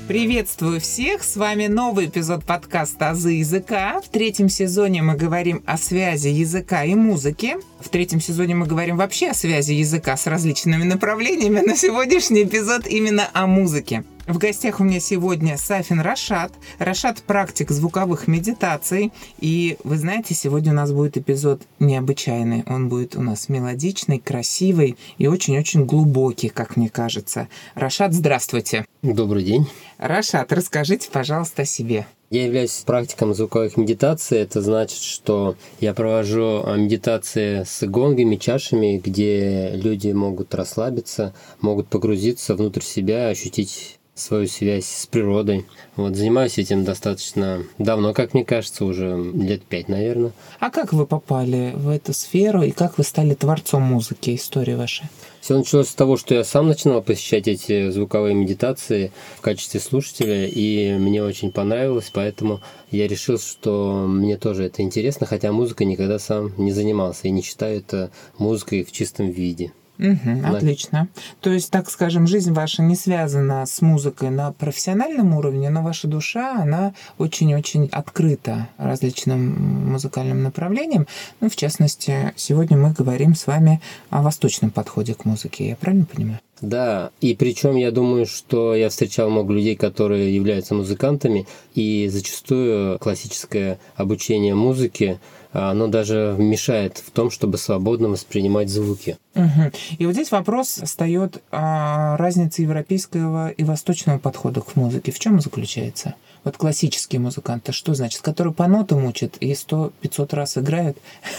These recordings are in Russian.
Приветствую всех! С вами новый эпизод подкаста «Азы языка». В третьем сезоне мы говорим о связи языка и музыки. В третьем сезоне мы говорим вообще о связи языка с различными направлениями, но сегодняшний эпизод именно о музыке. В гостях у меня сегодня Сафин Рашад. Рашад – практик звуковых медитаций. И вы знаете, сегодня у нас будет эпизод необычайный. Он будет у нас мелодичный, красивый и очень-очень глубокий, как мне кажется. Рашад, здравствуйте. Добрый день. Рашад, расскажите, пожалуйста, о себе. Я являюсь практиком звуковых медитаций. Это значит, что я провожу медитации с гонгами, чашами, где люди могут расслабиться, могут погрузиться внутрь себя, ощутить свою связь с природой. Занимаюсь этим достаточно давно, как мне кажется, уже лет 5, наверное. А как вы попали в эту сферу и как вы стали творцом музыки? История ваша. Все началось с того, что я сам начинал посещать эти звуковые медитации в качестве слушателя, и мне очень понравилось, поэтому я решил, что мне тоже это интересно, хотя музыкой никогда сам не занимался и не считаю это музыкой в чистом виде. Отлично. То есть, так скажем, жизнь ваша не связана с музыкой на профессиональном уровне, но ваша душа, она очень-очень открыта различным музыкальным направлениям. В частности, сегодня мы говорим с вами о восточном подходе к музыке. Я правильно понимаю? Да, и причем я думаю, что я встречал много людей, которые являются музыкантами, и зачастую классическое обучение музыке, оно даже мешает в том, чтобы свободно воспринимать звуки. И вот здесь вопрос встает о разнице европейского и восточного подхода к музыке. В чем заключается? Вот классические музыканты, что значит? Которые по нотам учат и 100-500 раз играют?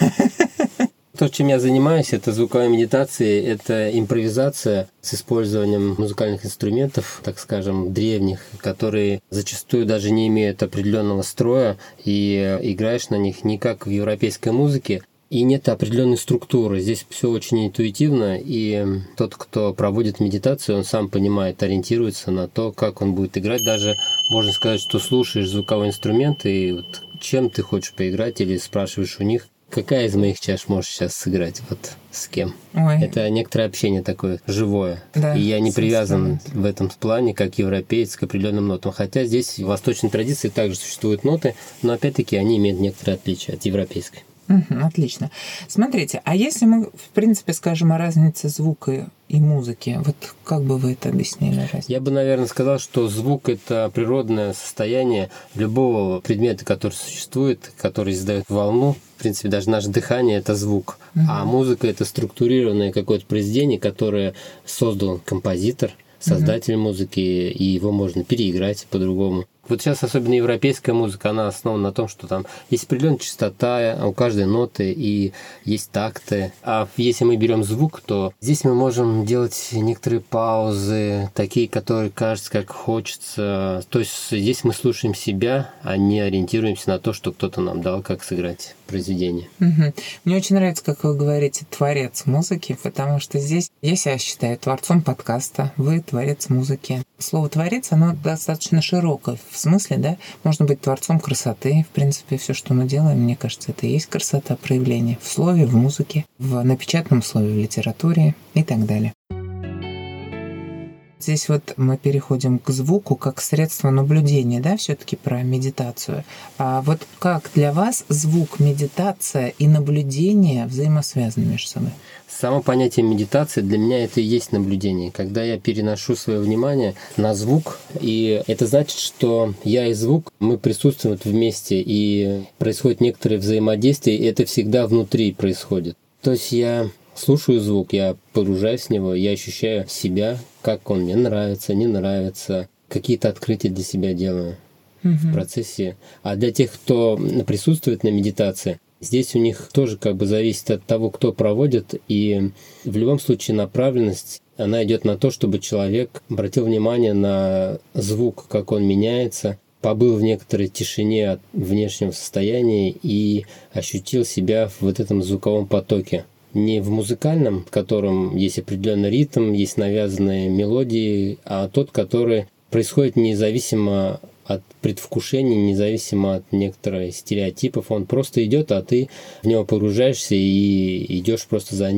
То, чем я занимаюсь, это звуковая медитация, это импровизация с использованием музыкальных инструментов, так скажем, древних, которые зачастую даже не имеют определенного строя, и играешь на них не как в европейской музыке, и нет определенной структуры. Здесь все очень интуитивно, и тот, кто проводит медитацию, он сам понимает, ориентируется на то, как он будет играть. Даже можно сказать, что слушаешь звуковой инструмент, и вот чем ты хочешь поиграть, или спрашиваешь у них, какая из моих чаш можешь сейчас сыграть? Вот с кем? Ой. Это некоторое общение такое живое. Да, и я не привязан в этом плане, как европеец, к определенным нотам. Хотя здесь в восточной традиции также существуют ноты, но опять-таки они имеют некоторые отличия от европейской. Отлично. Смотрите, а если мы, в принципе, скажем о разнице звука и музыки, вот как бы вы это объяснили? Я бы, наверное, сказал, что звук – это природное состояние любого предмета, который существует, который издает волну. В принципе, даже наше дыхание – это звук. А музыка – это структурированное какое-то произведение, которое создал композитор, создатель музыки, и его можно переиграть по-другому. Вот сейчас особенно европейская музыка, она основана на том, что там есть определенная частота у каждой ноты и есть такты. А если мы берем звук, то здесь мы можем делать некоторые паузы, такие, которые кажутся как хочется. То есть здесь мы слушаем себя, а не ориентируемся на то, что кто-то нам дал, как сыграть произведение. Мне очень нравится, как вы говорите, творец музыки, потому что здесь я себя считаю творцом подкаста, вы творец музыки. Слово «творец», оно достаточно широкое. В смысле, да, можно быть творцом красоты. В принципе, все, что мы делаем, мне кажется, это и есть красота проявления в слове, в музыке, в напечатанном слове, в литературе и так далее. Здесь вот мы переходим к звуку как средство наблюдения, да, все-таки про медитацию. А вот как для вас звук, медитация и наблюдение взаимосвязаны между собой? Само понятие медитации для меня это и есть наблюдение. Когда я переношу свое внимание на звук, и это значит, что я и звук, мы присутствуем вместе, и происходит некоторое взаимодействие, и это всегда внутри происходит. То есть я слушаю звук, я погружаюсь в него, я ощущаю себя, как он мне нравится, не нравится, какие-то открытия для себя делаю в процессе. А для тех, кто присутствует на медитации, здесь у них тоже зависит от того, кто проводит, и в любом случае направленность, она идет на то, чтобы человек обратил внимание на звук, как он меняется, побыл в некоторой тишине от внешнего состояния и ощутил себя в вот этом звуковом потоке. Не в музыкальном, в котором есть определенный ритм, есть навязанные мелодии, а тот, который происходит независимо от предвкушения, независимо от некоторых стереотипов. Он просто идет, а ты в него погружаешься и идешь просто за ним.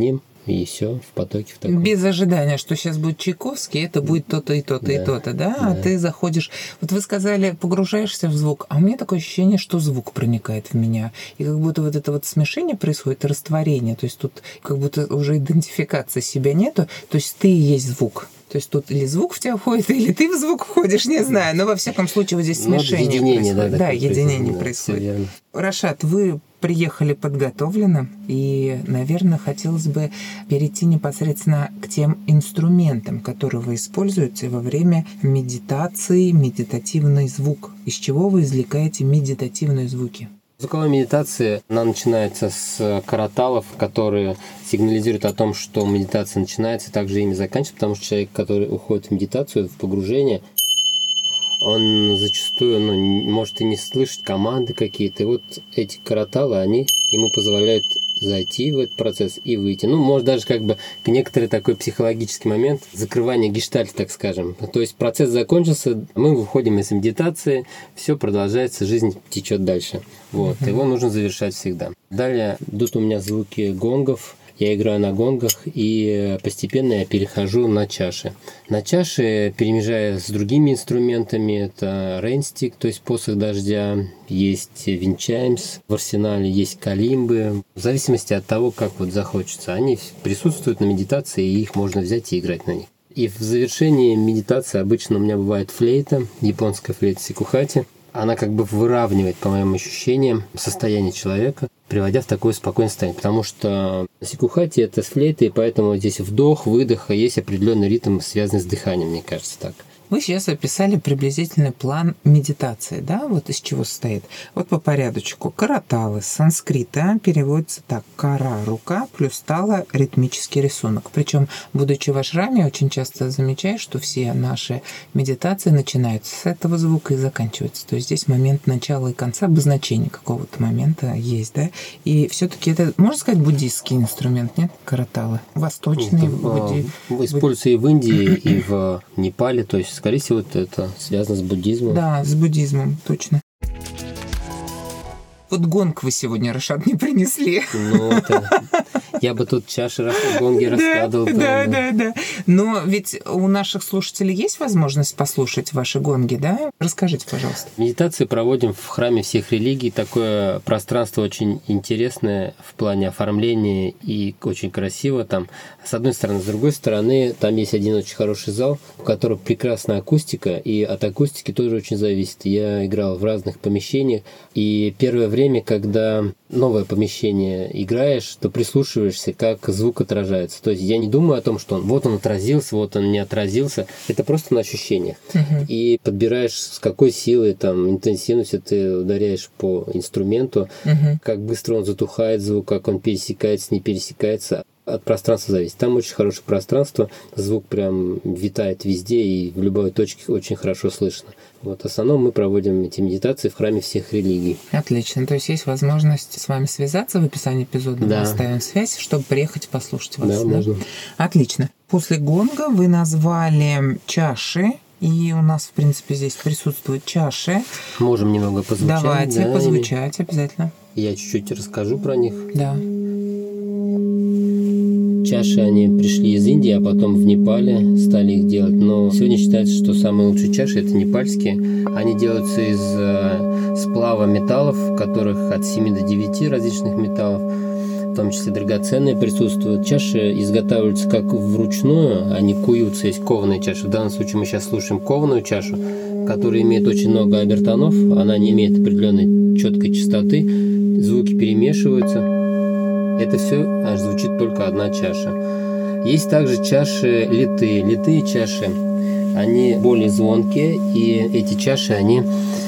и все, в потоке в таком. Без ожидания, что сейчас будет Чайковский, это будет то-то и то-то, и то-то, да? А ты заходишь... Вот вы сказали, погружаешься в звук, а у меня такое ощущение, что звук проникает в меня. И как будто вот это вот смешение происходит, растворение. То есть тут как будто уже идентификации себя нету. То есть ты и есть звук. То есть тут или звук в тебя входит, или ты в звук входишь, не знаю. Но во всяком случае вот здесь смешение единение, происходит. Да, единение происходит. происходит. Рашад, вы приехали подготовленно, и, наверное, хотелось бы перейти непосредственно к тем инструментам, которые вы используете во время медитации, медитативный звук. Из чего вы извлекаете медитативные звуки? Звуковая медитация, она начинается с караталов, которые сигнализируют о том, что медитация начинается, также ими заканчивается, потому что человек, который уходит в медитацию, в погружение, он зачастую может и не слышать команды какие-то. И вот эти караталы, они ему позволяют зайти в этот процесс и выйти. Может даже некоторый такой психологический момент закрывания гештальта, так скажем. То есть процесс закончился, мы выходим из медитации, все продолжается, жизнь течет дальше. Его нужно завершать всегда. Далее идут у меня звуки гонгов. Я играю на гонгах, и постепенно я перехожу на чаши. На чаши, перемежая с другими инструментами, это рейнстик, то есть посох дождя, есть винчаймс, в арсенале есть калимбы. В зависимости от того, как захочется. Они присутствуют на медитации, и их можно взять и играть на них. И в завершении медитации обычно у меня бывает флейта, японская флейта сикухати. Она выравнивает, по моим ощущениям, состояние человека, приводя в такое спокойное состояние. Потому что сикухати – это с флейтой, поэтому здесь вдох, выдох, и есть определенный ритм, связанный с дыханием, мне кажется так. Вы сейчас описали приблизительный план медитации, да? Вот из чего состоит. Вот по порядочку. Караталы с санскрита переводится так. Кара – рука, плюс тала – ритмический рисунок. Причем, будучи в ашраме, очень часто замечаешь, что все наши медитации начинаются с этого звука и заканчиваются. То есть здесь момент начала и конца, обозначение какого-то момента есть, да? И все-таки это, можно сказать, буддийский инструмент, нет? Караталы. Восточный. Используется и в Индии, и в Непале, то есть скорее всего, это связано с буддизмом. Да, с буддизмом, точно. Вот гонг вы сегодня, Рашад, не принесли. Я бы тут чаши гонги раскладывал. Да. Но ведь у наших слушателей есть возможность послушать ваши гонги, да? Расскажите, пожалуйста. Медитации проводим в храме всех религий. Такое пространство очень интересное в плане оформления и очень красиво там. С одной стороны, с другой стороны, там есть один очень хороший зал, у которого прекрасная акустика, и от акустики тоже очень зависит. Я играл в разных помещениях, и первое время, когда новое помещение играешь, то прислушиваешься, как звук отражается. То есть я не думаю о том, что он отразился, вот он не отразился. Это просто на ощущениях. И подбираешь, с какой силой, интенсивностью ты ударяешь по инструменту, как быстро он затухает звук, как он пересекается, не пересекается. От пространства зависит. Там очень хорошее пространство, звук прям витает везде, и в любой точке очень хорошо слышно. В основном мы проводим эти медитации в храме всех религий. Отлично. То есть есть возможность с вами связаться в описании эпизода, мы оставим связь, чтобы приехать послушать вас. Да, можно. Отлично. После гонга вы назвали чаши, и у нас, в принципе, здесь присутствуют чаши. Можем немного позвучать. Давайте позвучать обязательно. Я чуть-чуть расскажу про них. Да. Чаши, они пришли из Индии, а потом в Непале стали их делать. Но сегодня считается, что самые лучшие чаши – это непальские. Они делаются из сплава металлов, в которых от 7 до 9 различных металлов, в том числе драгоценные присутствуют. Чаши изготавливаются как вручную, они куются, есть кованые чаши. В данном случае мы сейчас слушаем кованую чашу, которая имеет очень много обертонов, она не имеет определенной четкой частоты, звуки перемешиваются. Это все звучит только одна чаша. Есть также чаши литые. Литые чаши, они более звонкие, и эти чаши, они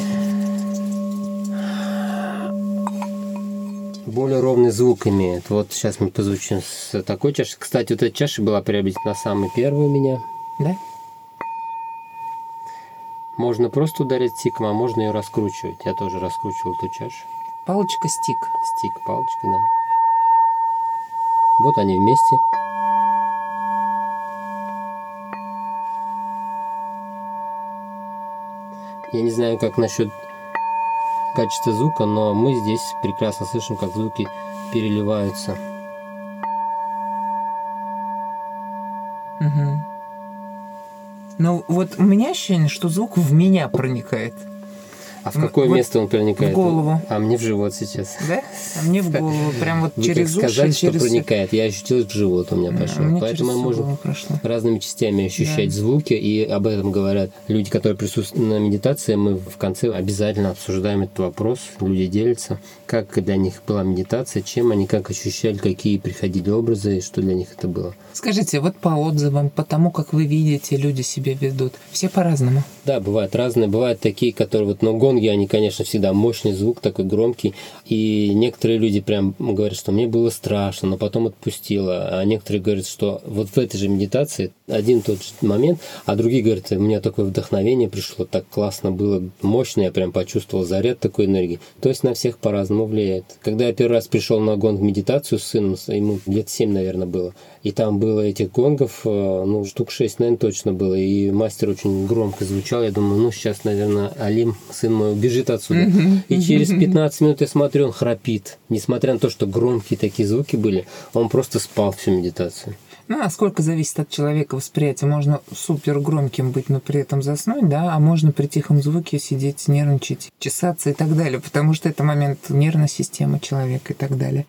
более ровный звук имеют. Вот сейчас мы позвучим с такой чашей. Кстати, вот эта чаша была приобретена самой первой у меня. Да? Можно просто ударять стиком, а можно ее раскручивать. Я тоже раскручивал эту чашу. Палочка-стик. Стик, палочка, да. Вот они вместе. Я не знаю, как насчет качества звука, но мы здесь прекрасно слышим, как звуки переливаются. Но вот у меня ощущение, что звук в меня проникает. А в какое место он проникает? В голову. А мне в живот сейчас. Да? А мне в голову. Прям вот через уши. Сказали, что проникает. Я ощутил, в живот у меня пошел. Поэтому мы можем разными частями ощущать звуки. И об этом говорят люди, которые присутствуют на медитации. Мы в конце обязательно обсуждаем этот вопрос. Люди делятся, как для них была медитация, чем они как ощущали, какие приходили образы, и что для них это было. Скажите, вот по отзывам, по тому, как вы видите, люди себя ведут, все по-разному. Да, бывают разные. Бывают такие, которые вот, но гонги, они, конечно, всегда мощный звук, такой громкий. И некоторые люди прям говорят, что мне было страшно, но потом отпустило. А некоторые говорят, что вот в этой же медитации один и тот же момент, а другие говорят, у меня такое вдохновение пришло, так классно было, мощно, я прям почувствовал заряд такой энергии. То есть на всех по-разному влияет. Когда я первый раз пришел на гонг медитацию с сыном, ему лет 7, наверное, было, и там было этих гонгов, ну, штук 6, наверное, точно было, и мастер очень громко звучал, я думаю, ну, сейчас, наверное, Алим, сын мой, убежит отсюда. И через 15 минут я смотрю, он храпит. Несмотря на то, что громкие такие звуки были, он просто спал всю медитацию. Ну, а сколько зависит от человека восприятия? Можно супер громким быть, но при этом заснуть, да, а можно при тихом звуке сидеть, нервничать, чесаться и так далее, потому что это момент нервной системы человека и так далее.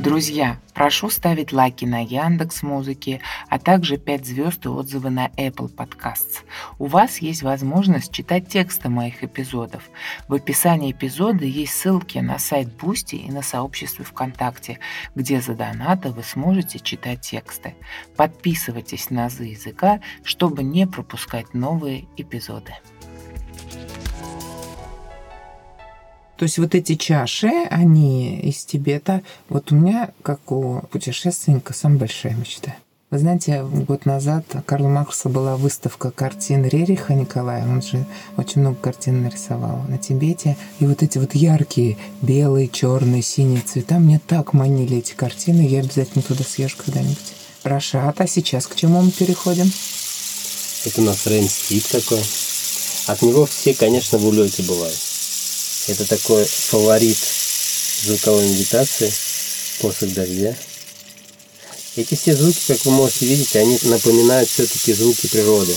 Друзья, прошу ставить лайки на Яндекс.Музыке, а также 5 звезд и отзывы на Apple Podcasts. У вас есть возможность читать тексты моих эпизодов. В описании эпизода есть ссылки на сайт Boosty и на сообщество ВКонтакте, где за донаты вы сможете читать тексты. Подписывайтесь на Азы языка, чтобы не пропускать новые эпизоды. То есть вот эти чаши, они из Тибета. Вот у меня, как у путешественника, самая большая мечта. Вы знаете, год назад Карла Маркса была выставка картин Рериха Николая. Он же очень много картин нарисовал на Тибете. И вот эти вот яркие белые, черные, синие цвета мне так манили эти картины. Я обязательно туда съезжу когда-нибудь. Рашат, а сейчас к чему мы переходим? Это у нас рейнстик такой. От него все, конечно, в улете бывают. Это такой фаворит звуковой медитации, посох дождя. Эти все звуки, как вы можете видеть, они напоминают все-таки звуки природы.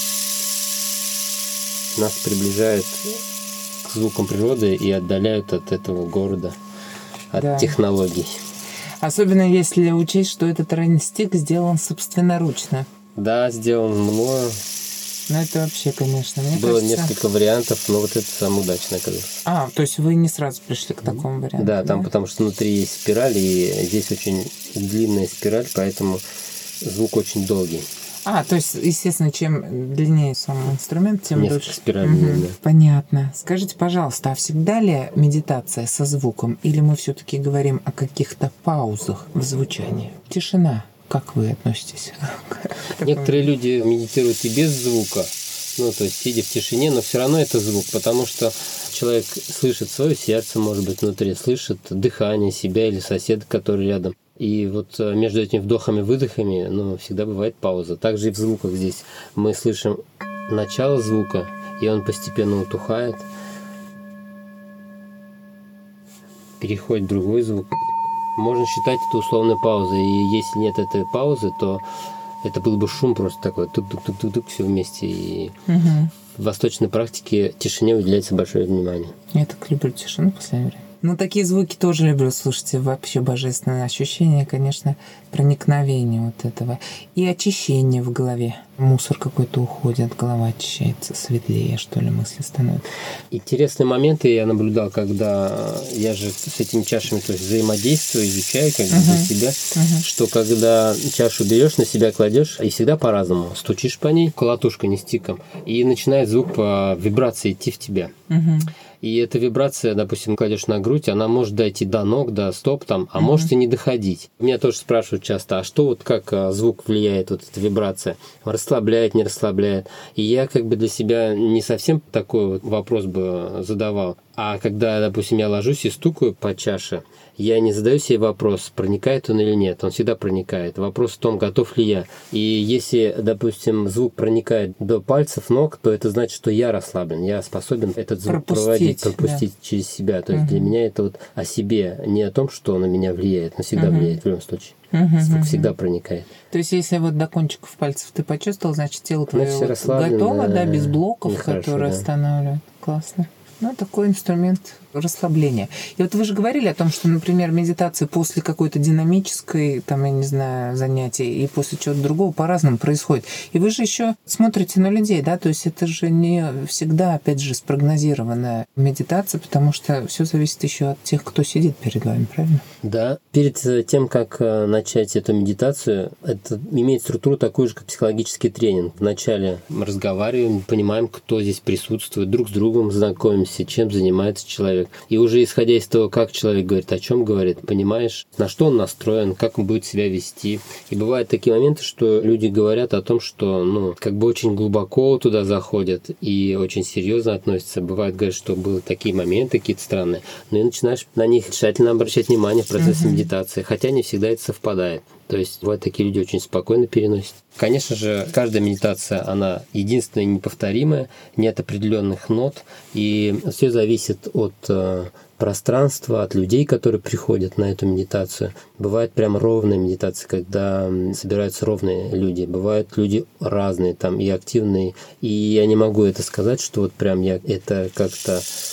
Нас приближают к звукам природы и отдаляют от этого города, от технологий. Особенно если учесть, что этот рейнстик сделан собственноручно. Да, сделан мною. Ну, это вообще, конечно, мне было кажется... несколько вариантов, но вот это самый удачный оказался. То есть вы не сразу пришли к такому варианту? Да, там потому что внутри есть спираль, и здесь очень длинная спираль, поэтому звук очень долгий. То есть, естественно, чем длиннее сам инструмент, тем несколько дольше. Спиралей, да. Понятно. Скажите, пожалуйста, а всегда ли медитация со звуком, или мы все-таки говорим о каких-то паузах в звучании? Тишина. Как вы относитесь? Некоторые люди медитируют и без звука, то есть сидя в тишине, но все равно это звук, потому что человек слышит свое сердце, может быть, внутри, слышит дыхание себя или соседа, который рядом. И вот между этими вдохами-выдохами, всегда бывает пауза. Также и в звуках здесь мы слышим начало звука, и он постепенно утухает, переходит в другой звук. Можно считать это условной паузой, и если нет этой паузы, то это был бы шум просто такой, тук-тук-тук-тук, все вместе. И в восточной практике тишине уделяется большое внимание. Я так люблю тишину в последнее время. Такие звуки тоже люблю, слушайте, вообще божественное ощущение, конечно, проникновение вот этого. И очищение в голове. Мусор какой-то уходит, голова очищается, светлее, что ли, мысли становятся. Интересные моменты я наблюдал, когда я же с этими чашами взаимодействую, изучаю как бы для себя, что когда чашу берешь, на себя кладешь, и всегда по-разному. Стучишь по ней, колотушкой, не стиком, и начинает звук по вибрации идти в тебя. И эта вибрация, допустим, кладешь на грудь, она может дойти до ног, до стоп, а может и не доходить. Меня тоже спрашивают часто, а что как звук влияет, эта вибрация? Расслабляет, не расслабляет? И я для себя не совсем такой вопрос бы задавал. А когда, допустим, я ложусь и стукаю по чаше, я не задаю себе вопрос, проникает он или нет. Он всегда проникает. Вопрос в том, готов ли я. И если, допустим, звук проникает до пальцев ног, то это значит, что я расслаблен. Я способен этот звук пропустить через себя. То есть для меня это о себе, не о том, что на меня влияет, но всегда влияет в любом случае. Звук всегда проникает. То есть, если до кончиков пальцев ты почувствовал, значит, тело твое готово, без блоков, которые останавливают. Классно. Такой инструмент расслабления. И вот вы же говорили о том, что, например, медитация после какой-то динамической, занятия и после чего-то другого по-разному происходит. И вы же еще смотрите на людей, да, то есть это же не всегда, опять же, спрогнозированная медитация, потому что все зависит еще от тех, кто сидит перед вами, правильно? Да. Перед тем, как начать эту медитацию, это имеет структуру такую же, как психологический тренинг. Вначале мы разговариваем, понимаем, кто здесь присутствует, друг с другом знакомимся, чем занимается человек. И уже исходя из того, как человек говорит, о чем говорит, понимаешь, на что он настроен, как он будет себя вести. И бывают такие моменты, что люди говорят о том, что, очень глубоко туда заходят и очень серьезно относятся. Бывает, говорят, что были такие моменты какие-то странные, и начинаешь на них тщательно обращать внимание в процессе медитации, хотя не всегда это совпадает. То есть бывают такие люди очень спокойно переносят. Конечно же, каждая медитация, она единственная и неповторимая, нет определенных нот, и все зависит от пространства, от людей, которые приходят на эту медитацию. Бывает прям ровная медитация, когда собираются ровные люди. Бывают люди разные, и активные. И я не могу это сказать, что прям я это как-то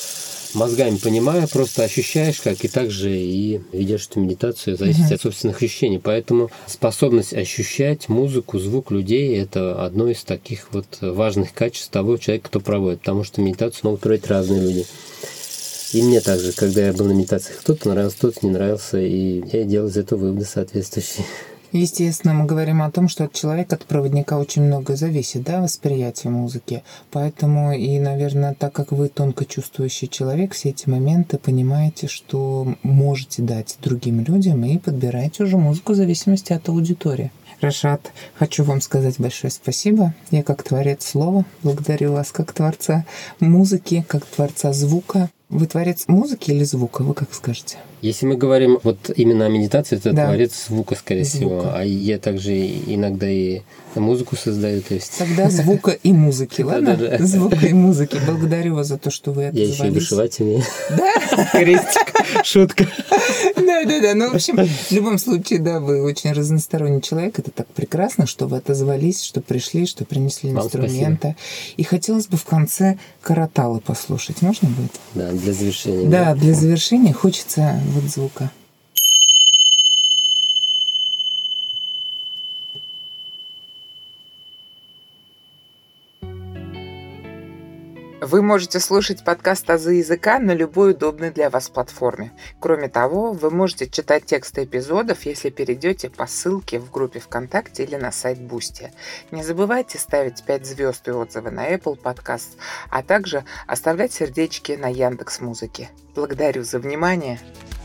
мозгами понимая, просто ощущаешь, как и так же и ведешь эту медитацию, зависит от собственных ощущений. Поэтому способность ощущать музыку, звук людей – это одно из таких вот важных качеств того человека, кто проводит, потому что медитацию могут проводить разные люди. И мне также, когда я был на медитациях, кто-то нравился, кто-то не нравился, и я делал из этого выводы соответствующие. Естественно, мы говорим о том, что от человека, от проводника очень многое зависит, да, восприятие музыки. Поэтому и, наверное, так как вы тонко чувствующий человек, все эти моменты понимаете, что можете дать другим людям и подбираете уже музыку в зависимости от аудитории. Рашад, хочу вам сказать большое спасибо. Я как творец слова благодарю вас как творца музыки, как творца звука. Вы творец музыки или звука? Вы как скажете? Если мы говорим вот именно о медитации, это да. Творец звука, скорее всего. А я также иногда и музыку создаю. То есть... Тогда звука и музыки, ладно? Звука и музыки. Благодарю вас за то, что вы отозвались. Я еще и вышивать умею. Да? Крестик. Шутка. Да. Ну, в общем, в любом случае, да, вы очень разносторонний человек. Это так прекрасно, что вы отозвались, что пришли, что принесли инструменты. И хотелось бы в конце караталы послушать. Можно будет? Да, для завершения. Да, для завершения хочется вот звука. Вы можете слушать подкаст «Азы языка» на любой удобной для вас платформе. Кроме того, вы можете читать тексты эпизодов, если перейдете по ссылке в группе ВКонтакте или на сайт Boosty. Не забывайте ставить 5 звезд и отзывы на Apple Podcast, а также оставлять сердечки на Яндекс.Музыке. Благодарю за внимание.